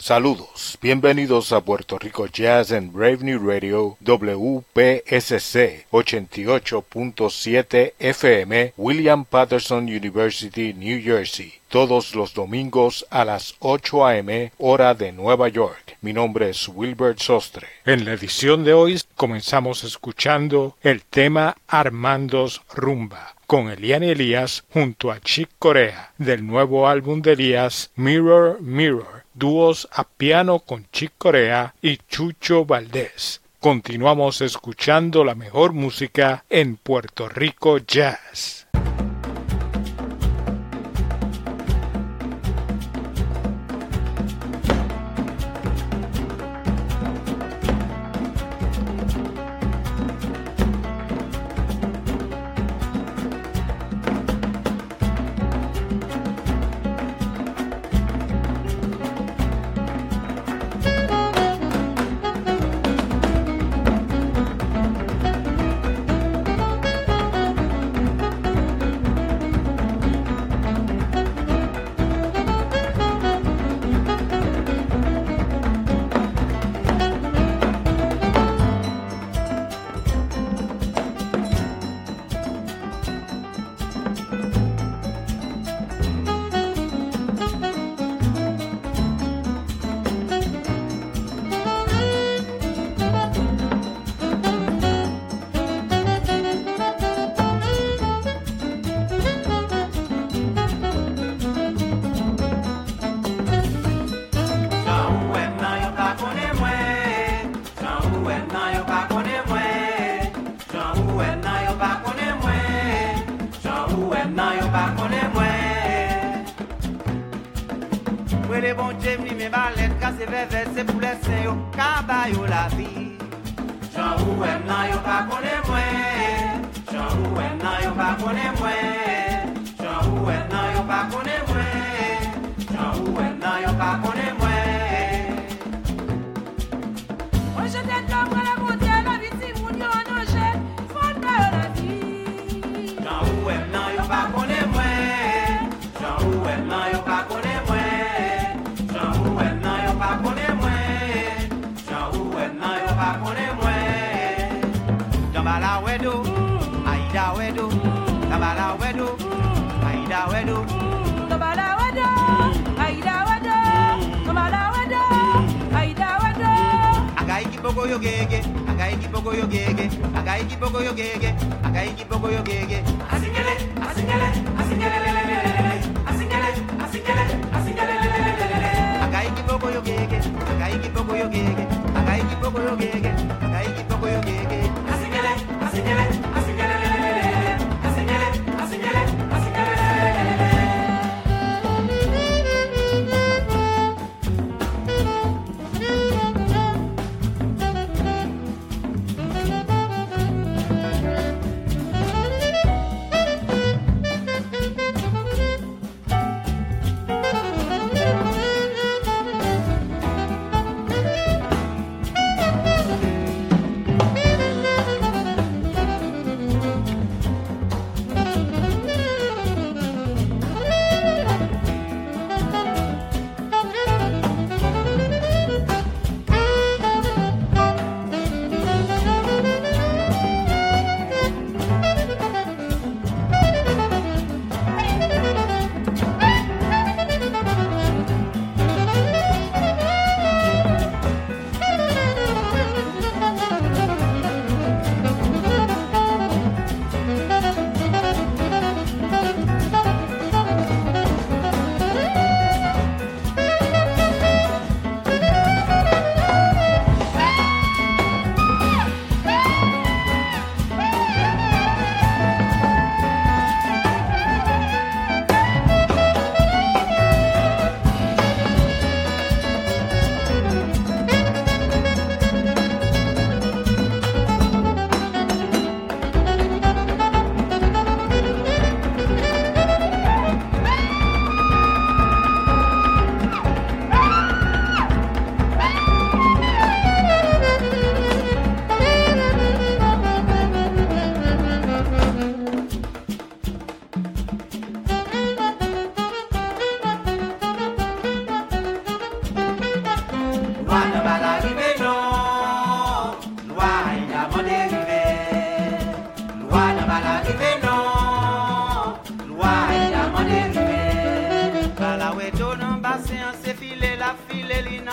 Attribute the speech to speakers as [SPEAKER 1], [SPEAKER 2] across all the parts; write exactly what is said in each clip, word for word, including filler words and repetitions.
[SPEAKER 1] Saludos, bienvenidos a Puerto Rico Jazz en Brave New Radio W P S C ochenta y ocho punto siete F M, William Patterson University, New Jersey, todos los domingos a las ocho a m hora de Nueva York. Mi nombre es Wilbert Sostre. En la edición de hoy comenzamos escuchando el tema Armando's Rumba con Eliane Elias junto a Chick Corea del nuevo álbum de Elias Mirror Mirror, dúos a piano con Chick Corea y Chucho Valdés. Continuamos escuchando la mejor música en Puerto Rico Jazz.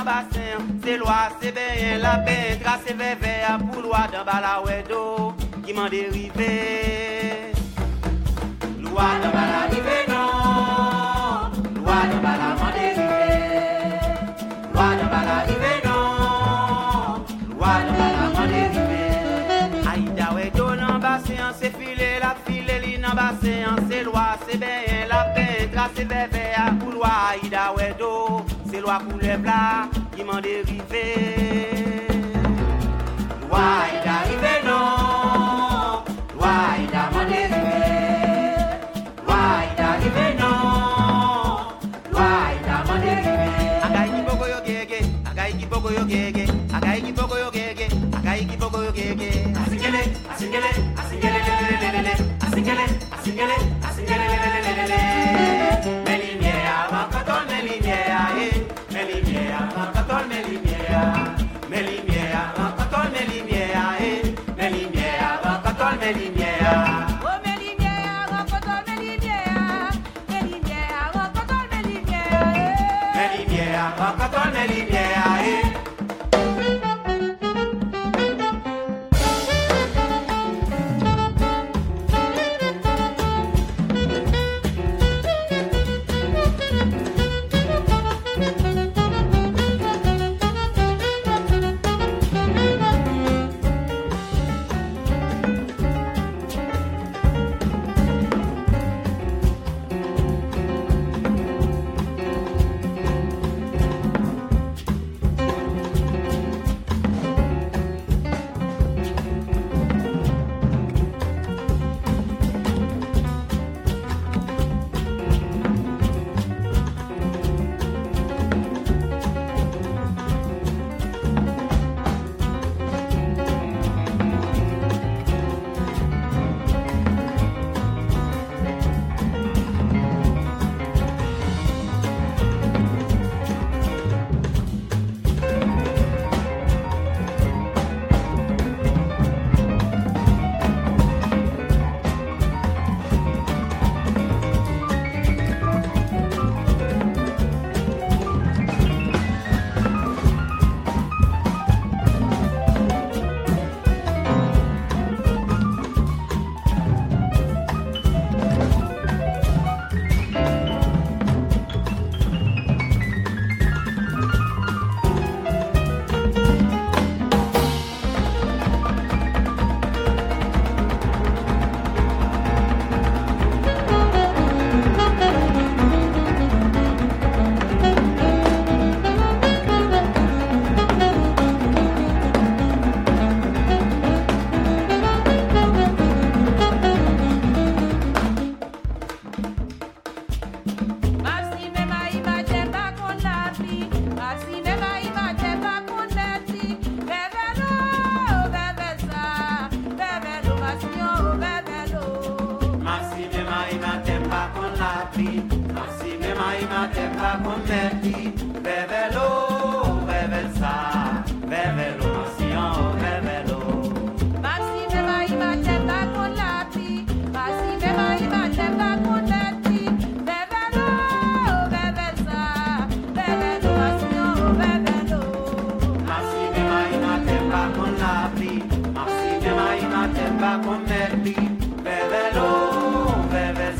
[SPEAKER 2] dans bassin, c'est loi, c'est bien la paix, tracé vers vers pour loi dans balawedo qui m'en dérivé. Loi dans balawedo non, loi dans bala m'en dérivé. Loi dans balawedo non, loi dans bala m'en dérivé. Aïda wedo dans bassin, c'est filé la filé li dans bassin, c'est loi, c'est bien la paix, tracé vers vers pour loi Aïda wedo. C'est loi pour les plats qui m'en dérivé. Loi il arrivé non. Loi il a m'en dérivé. Loi il arrivé non. Loi il a m'en dérivé. Agai ki boko yo gege, agai ki boko yo gege, agai ki boko yo gege, agai ki boko yo gege. Asingele, asingele, asingele le le le le, asingele, asingele, asingele le le le le le. Melimier avant quand on melimier aïe. Melimier, rancatol melimier, melimier, rancatol melimier, melimier, rancatol melimier.
[SPEAKER 3] Oh melimier, rancatol melimier, melimier, rancatol melimier,
[SPEAKER 2] melimier, rancatol melimier.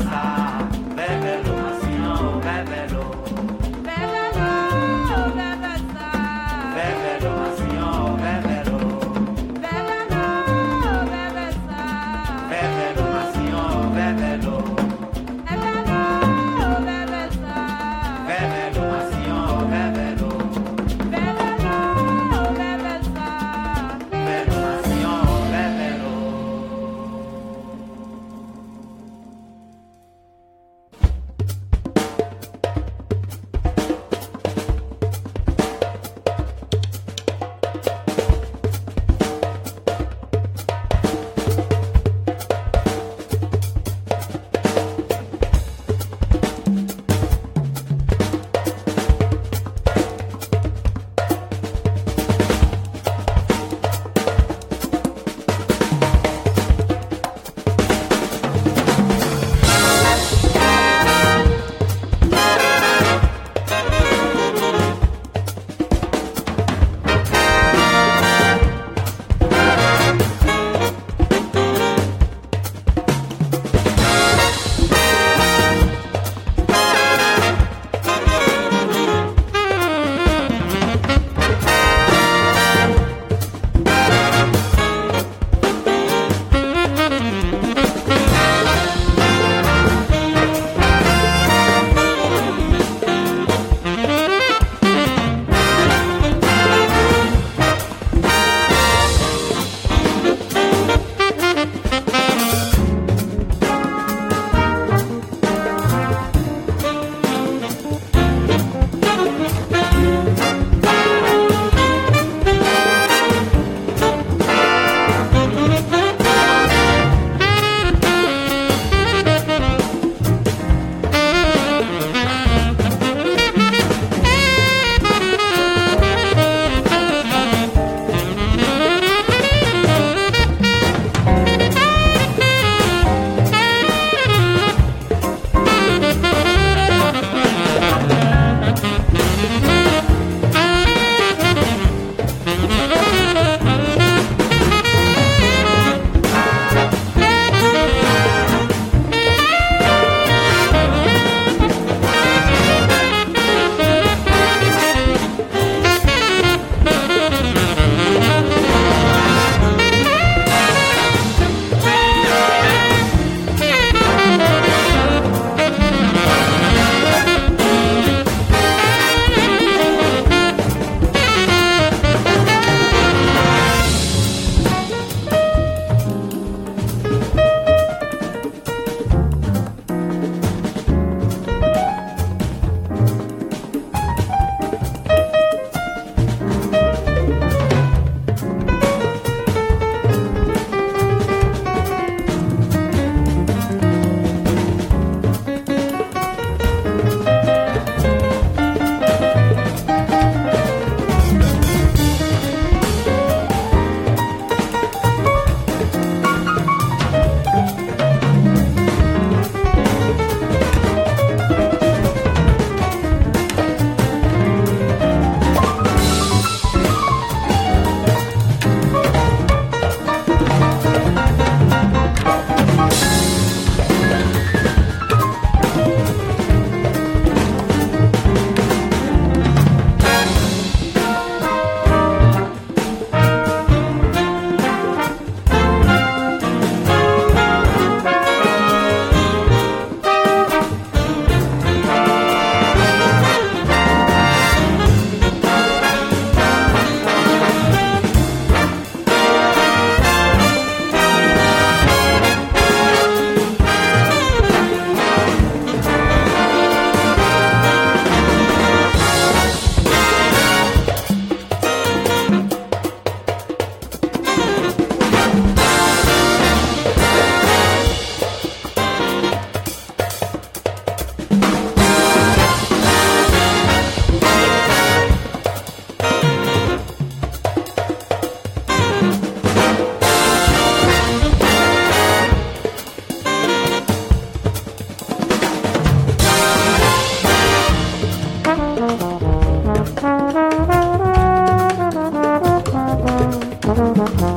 [SPEAKER 3] bebelo, bebelo.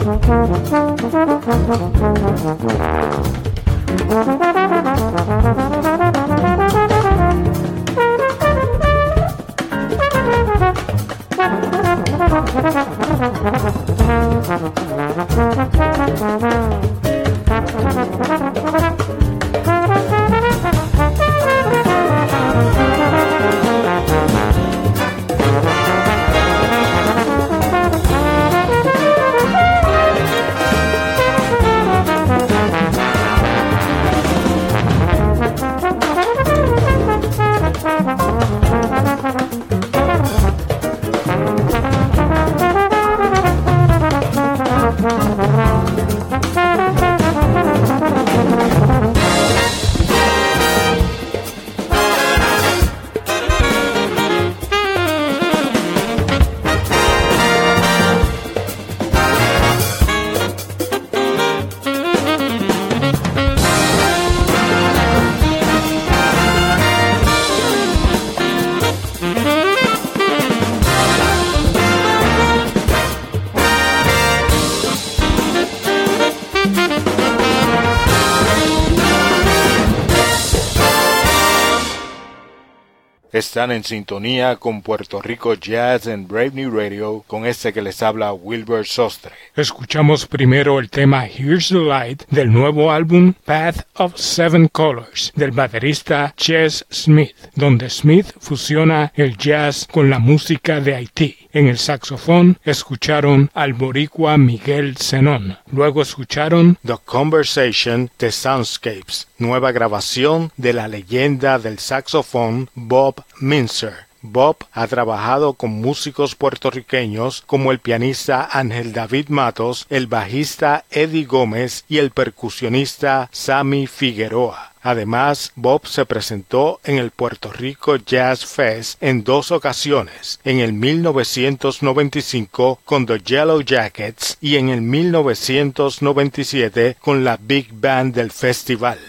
[SPEAKER 1] Están en sintonía con Puerto Rico Jazz en Brave New Radio, con este que les habla Wilbur Sostre.
[SPEAKER 4] Escuchamos primero el tema Here's the Light del nuevo álbum Path of Seven Colors del baterista Ches Smith, donde Smith fusiona el jazz con la música de Haití. En el saxofón escucharon al boricua Miguel Zenón. Luego escucharon
[SPEAKER 1] The Conversation de Soundscapes, nueva grabación de la leyenda del saxofón Bob Minzer. Bob ha trabajado con músicos puertorriqueños como el pianista Ángel David Matos, el bajista Eddie Gómez y el percusionista Sammy Figueroa. Además, Bob se presentó en el Puerto Rico Jazz Fest en dos ocasiones, en el mil novecientos noventa y cinco con The Yellow Jackets y en el mil novecientos noventa y siete con la Big Band del festival.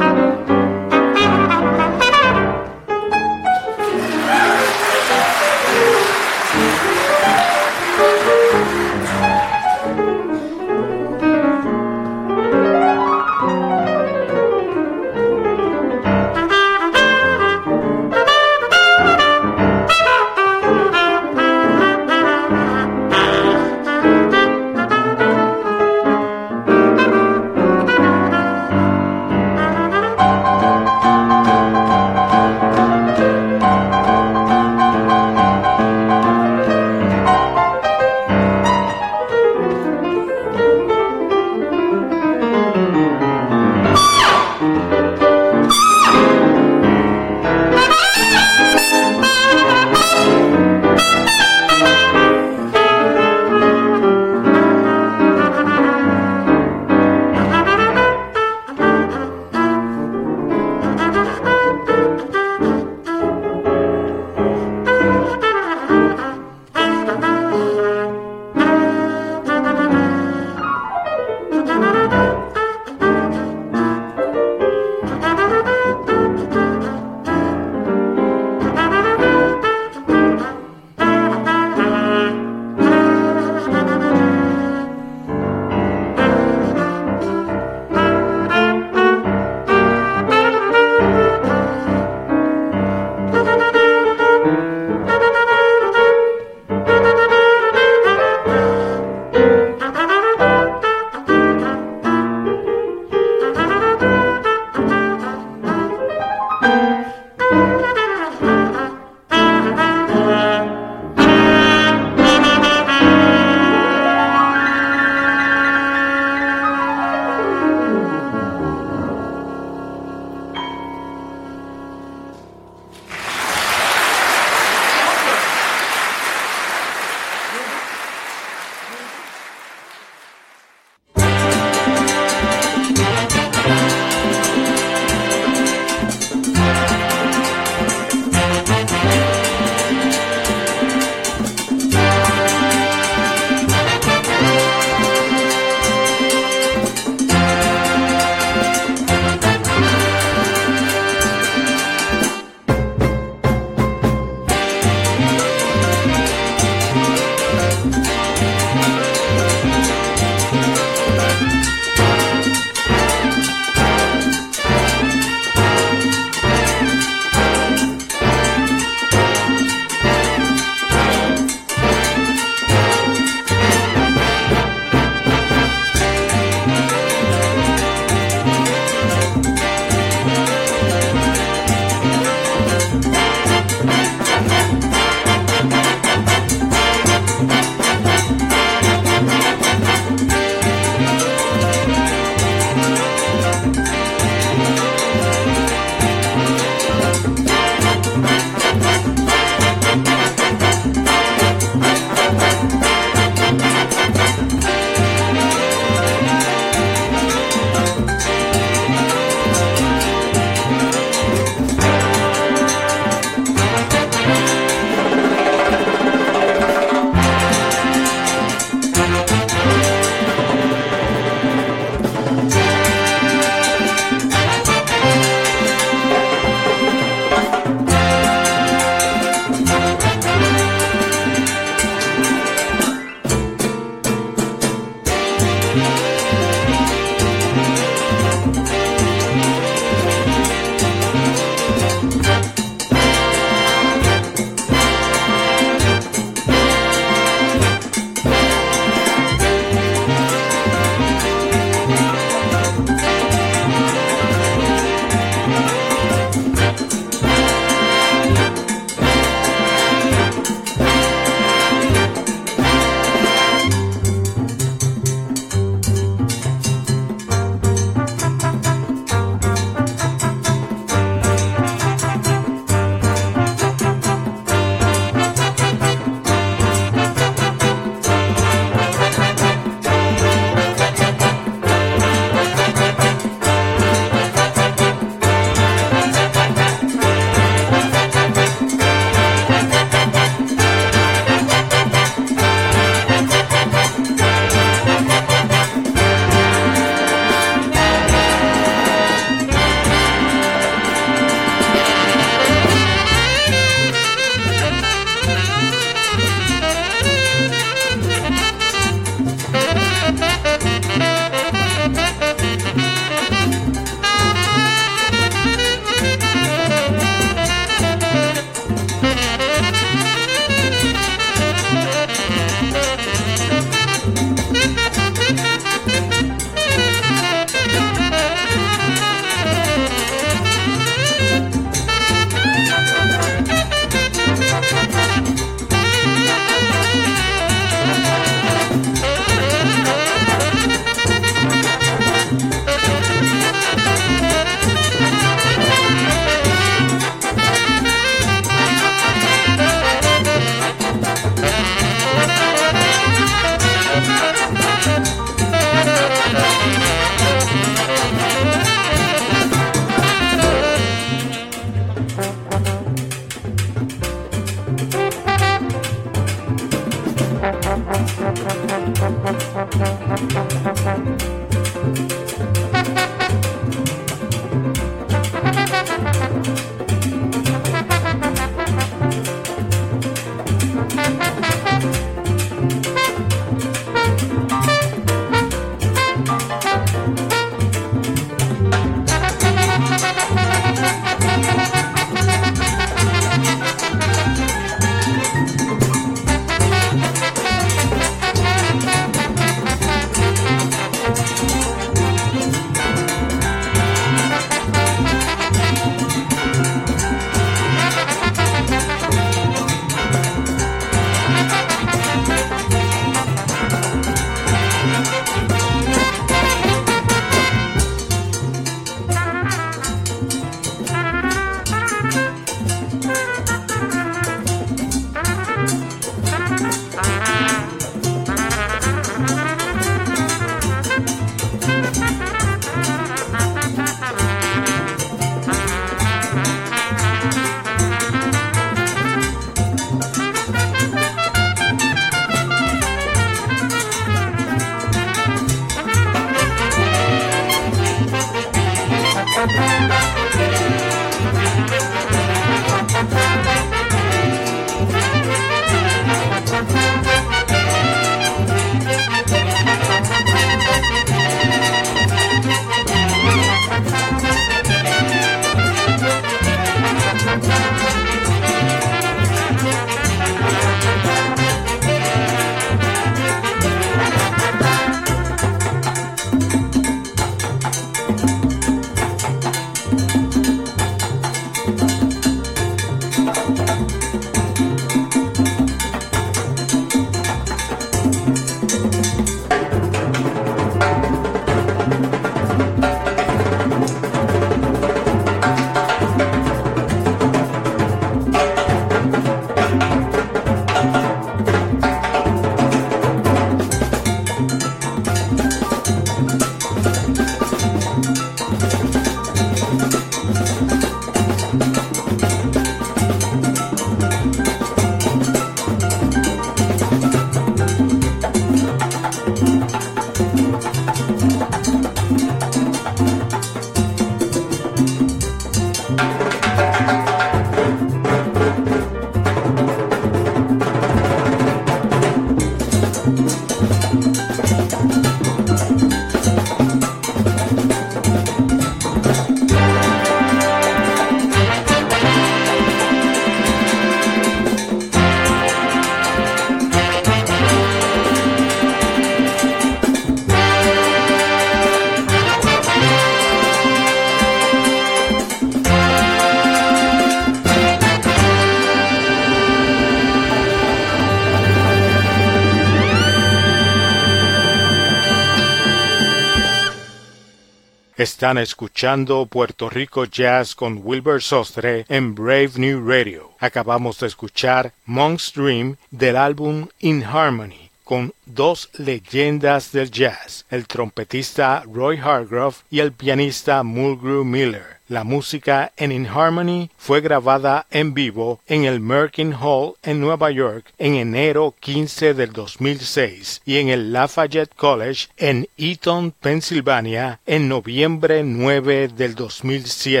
[SPEAKER 1] Están escuchando Puerto Rico Jazz con Wilbur Sostre en Brave New Radio. Acabamos de escuchar Monk's Dream del álbum In Harmony, con dos leyendas del jazz, el trompetista Roy Hargrove y el pianista Mulgrew Miller. La música en In Harmony fue grabada en vivo en el Merkin Hall en Nueva York en enero quince del dos mil seis y en el Lafayette College en Eaton, Pensilvania en noviembre nueve del dos mil siete.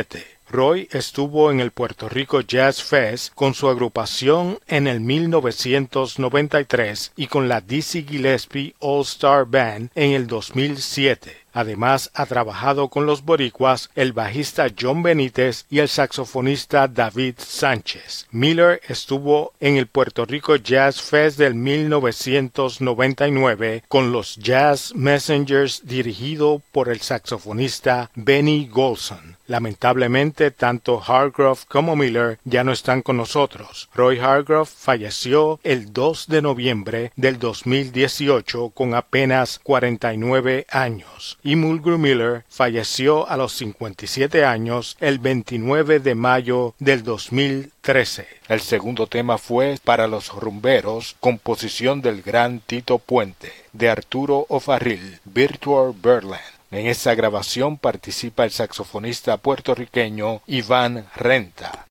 [SPEAKER 1] Roy estuvo en el Puerto Rico Jazz Fest con su agrupación en el mil novecientos noventa y tres y con la Dizzy Gillespie All Star Band en el dos mil siete. Además, ha trabajado con los boricuas, el bajista John Benítez y el saxofonista David Sánchez. Miller estuvo en el Puerto Rico Jazz Fest del mil novecientos noventa y nueve con los Jazz Messengers dirigido por el saxofonista Benny Golson. Lamentablemente, tanto Hargrove como Miller ya no están con nosotros. Roy Hargrove falleció el dos de noviembre del dos mil dieciocho con apenas cuarenta y nueve años. Y Mulgrew Miller falleció a los cincuenta y siete años el veintinueve de mayo del dos mil trece. El segundo tema fue Para los Rumberos, composición del gran Tito Puente, de Arturo O'Farrill, Virtual Birdland. En esa grabación participa el saxofonista puertorriqueño Iván Renta.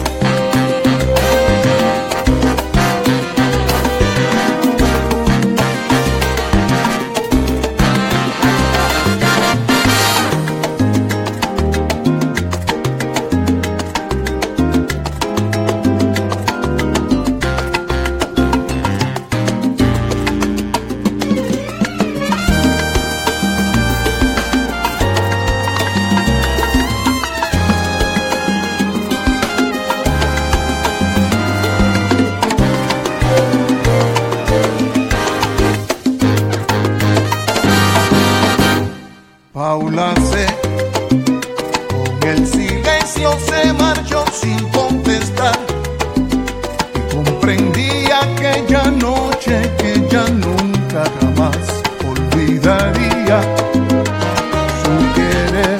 [SPEAKER 5] Paula se, con el silencio se marchó sin contestar. Y comprendí aquella noche que ya nunca jamás olvidaría su querer.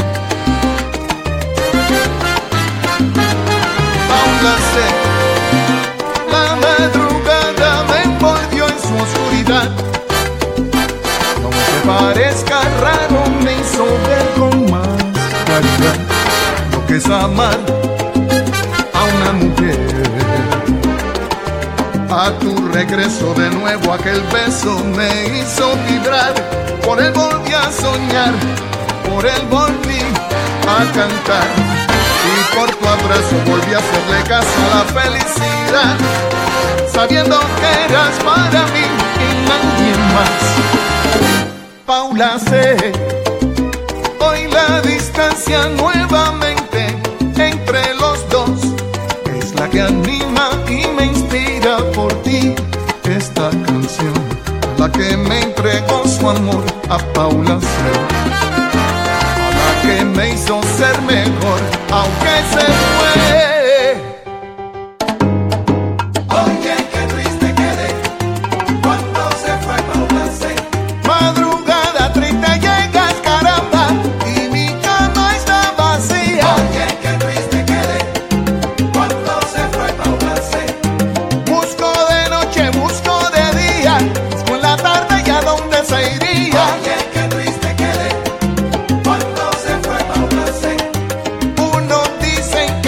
[SPEAKER 5] Paula se, la madrugada me envolvió en su oscuridad. No me parezca raro, me hizo ver con más claridad lo que es amar a una mujer. A tu regreso de nuevo aquel beso me hizo vibrar. Por él volví a soñar, por él volví a cantar. Y por tu abrazo volví a hacerle caso a la felicidad, sabiendo que eras para mí y nadie más. Paula sé, hoy la distancia nuevamente entre los dos es la que anima y me inspira por ti. Esta canción, la que me entregó su amor a Paula sé, a la que me hizo ser mejor, aunque se fue. Unos dicen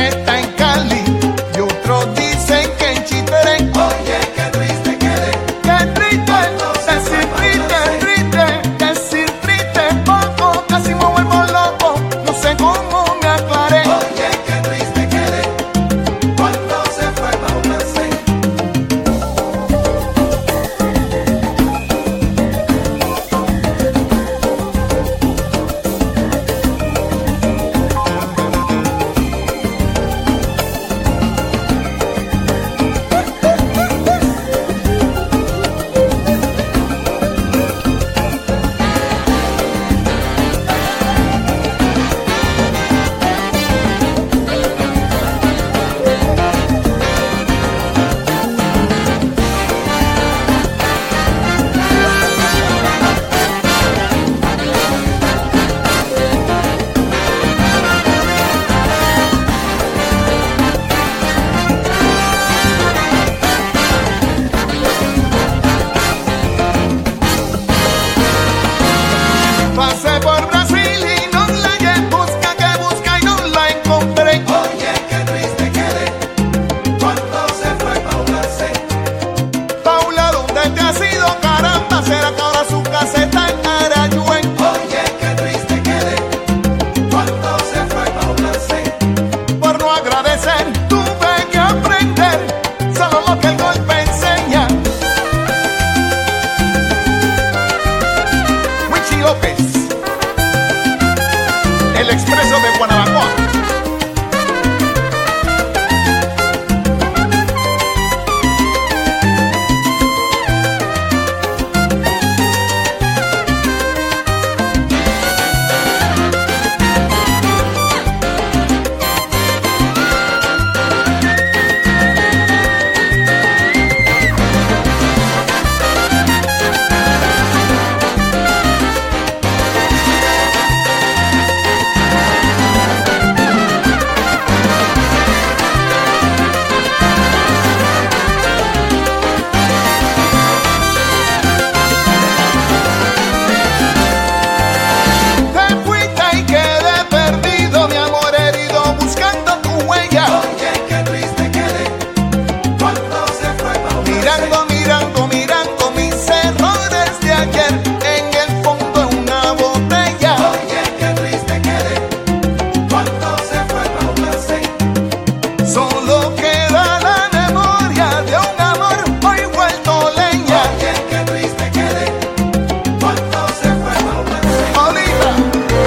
[SPEAKER 5] Mirando, mirando, mirando mis errores de ayer en el fondo de una botella.
[SPEAKER 6] Oye, qué triste quedé cuando se fue Paula Sey.
[SPEAKER 5] Solo queda la memoria de un amor hoy vuelto leña.
[SPEAKER 6] Oye, qué triste quedé cuando se fue Paula Sey.
[SPEAKER 5] Olita.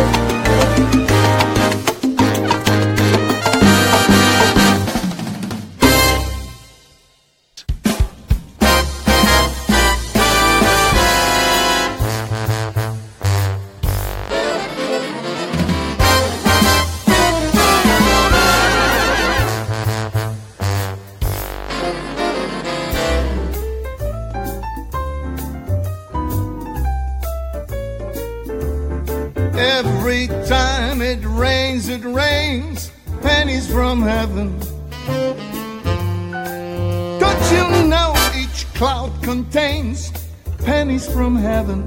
[SPEAKER 5] Every time it rains, it rains pennies from heaven. Don't you know each cloud contains pennies from heaven?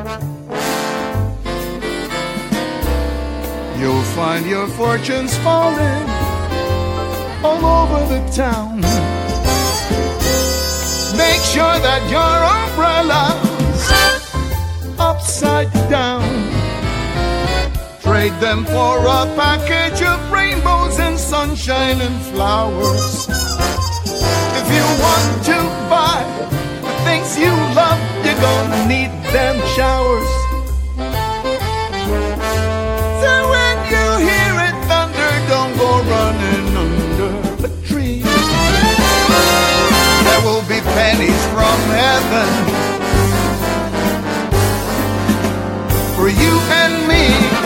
[SPEAKER 5] You'll find your fortunes falling all over the town. Make sure that your umbrella's upside down. Trade them for a package of rainbows and sunshine and flowers. If you want to buy the things you love, you're gonna need them showers. So when you hear it thunder, don't go running under the tree. There will be pennies from heaven for you and me.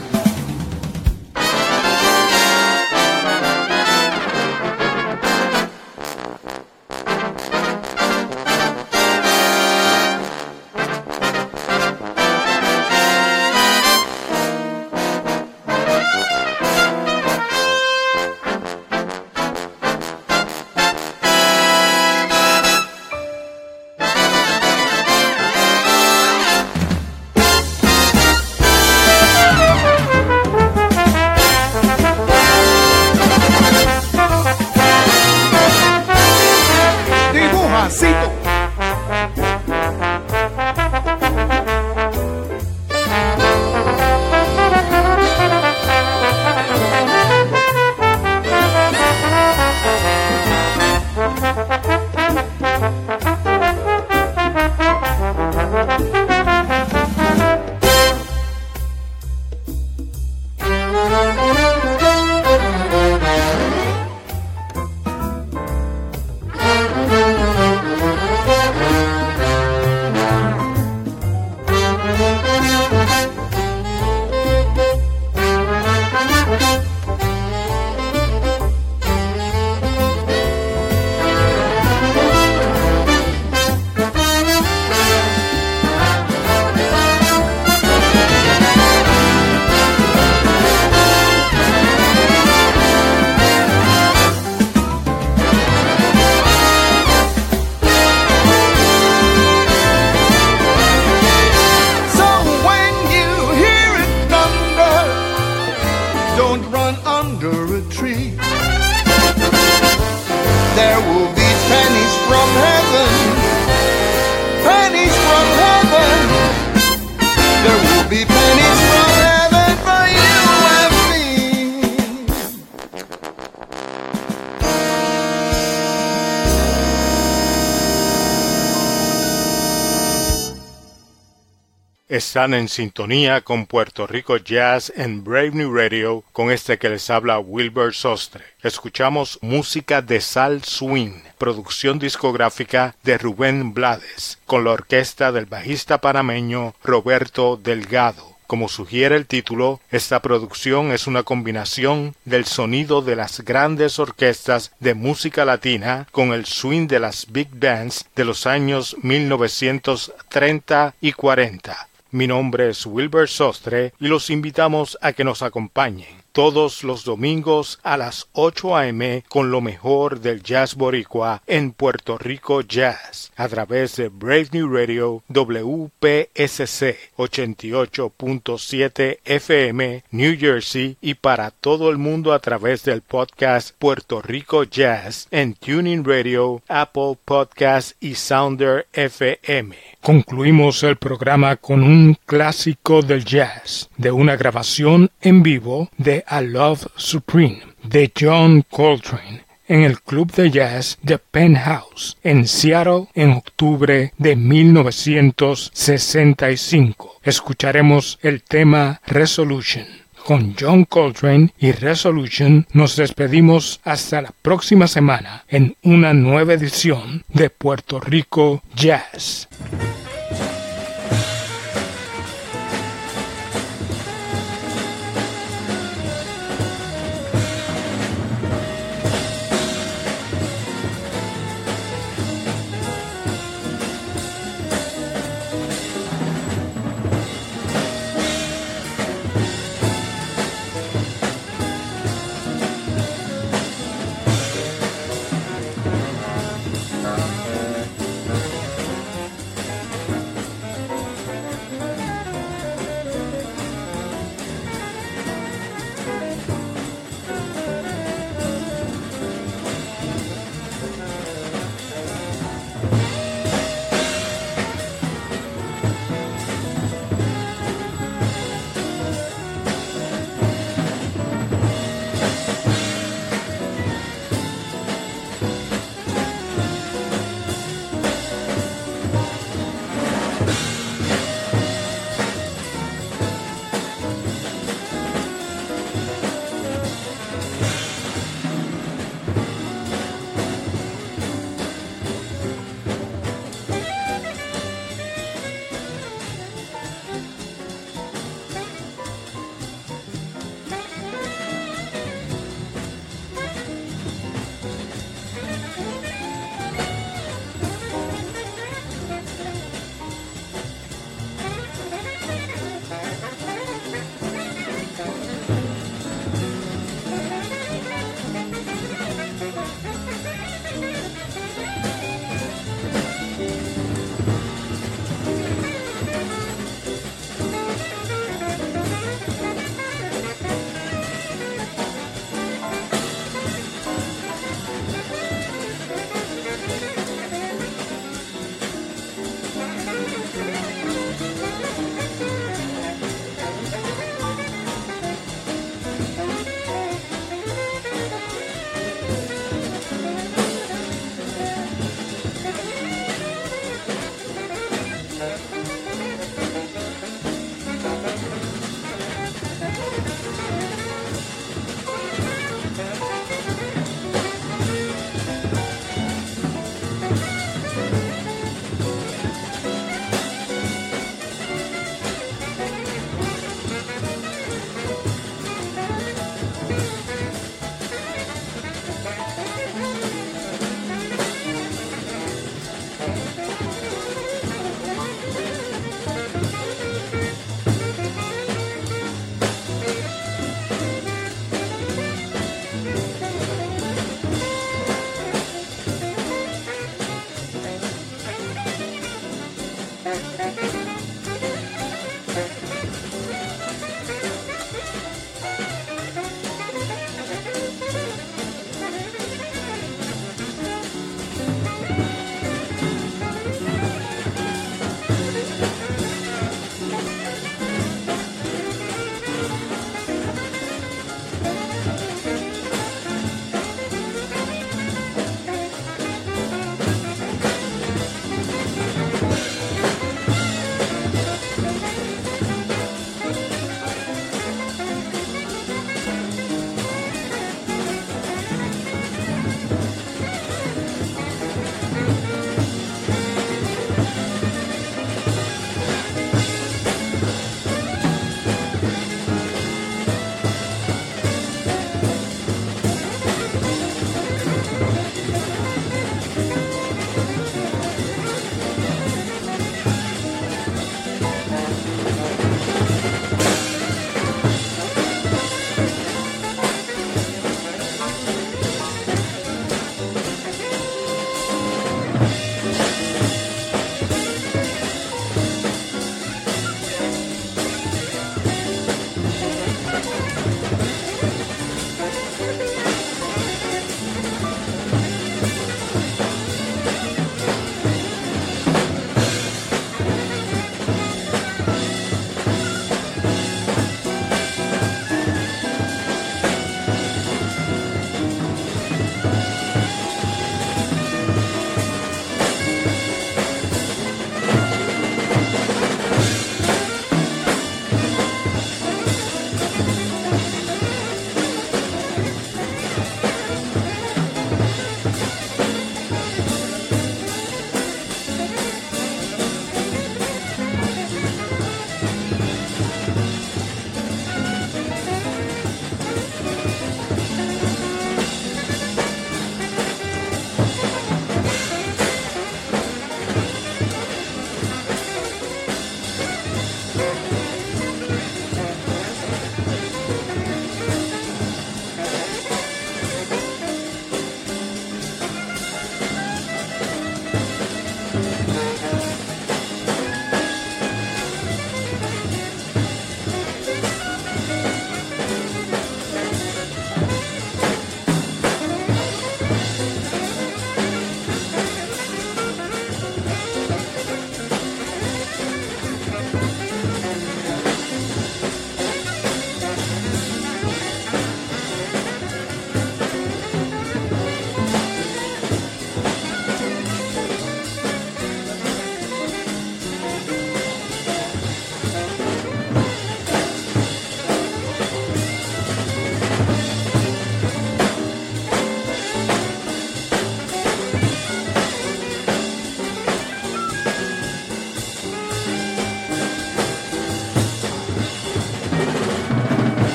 [SPEAKER 1] Están en sintonía con Puerto Rico Jazz en Brave New Radio, con este que les habla Wilbur Sostre. Escuchamos música de Sal Swing, producción discográfica de Rubén Blades, con la orquesta del bajista panameño Roberto Delgado. Como sugiere el título, esta producción es una combinación del sonido de las grandes orquestas de música latina con el swing de las big bands de los años mil novecientos treinta y cuarenta. Mi nombre es Wilbur Sostre y los invitamos a que nos acompañen todos los domingos a las ocho a eme con lo mejor del jazz boricua en Puerto Rico Jazz a través de Brave New Radio W P S C ochenta y ocho punto siete F M New Jersey y para todo el mundo a través del podcast Puerto Rico Jazz en Tuning Radio, Apple Podcast y Sounder F M.
[SPEAKER 4] Concluimos el programa con un clásico del jazz, de una grabación en vivo de A Love Supreme, de John Coltrane, en el Club de Jazz de Penthouse, en Seattle, en octubre de mil novecientos sesenta y cinco. Escucharemos el tema Resolution. Con John Coltrane y Resolution nos despedimos hasta la próxima semana en una nueva edición de Puerto Rico Jazz.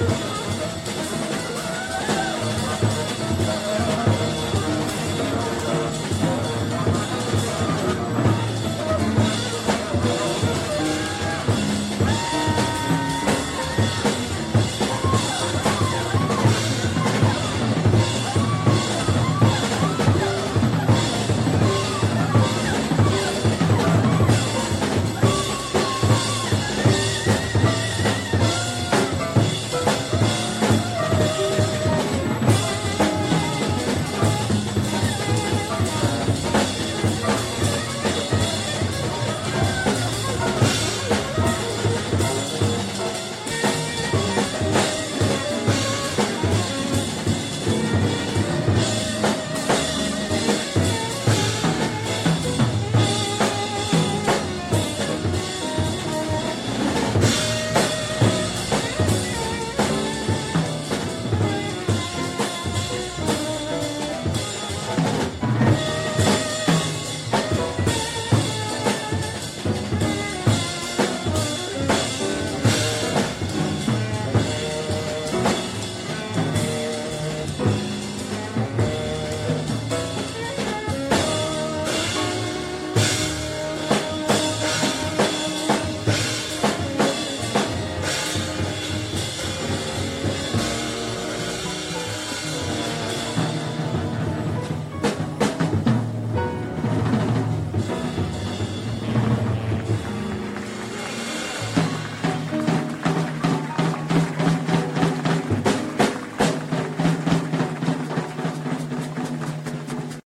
[SPEAKER 7] Thank you.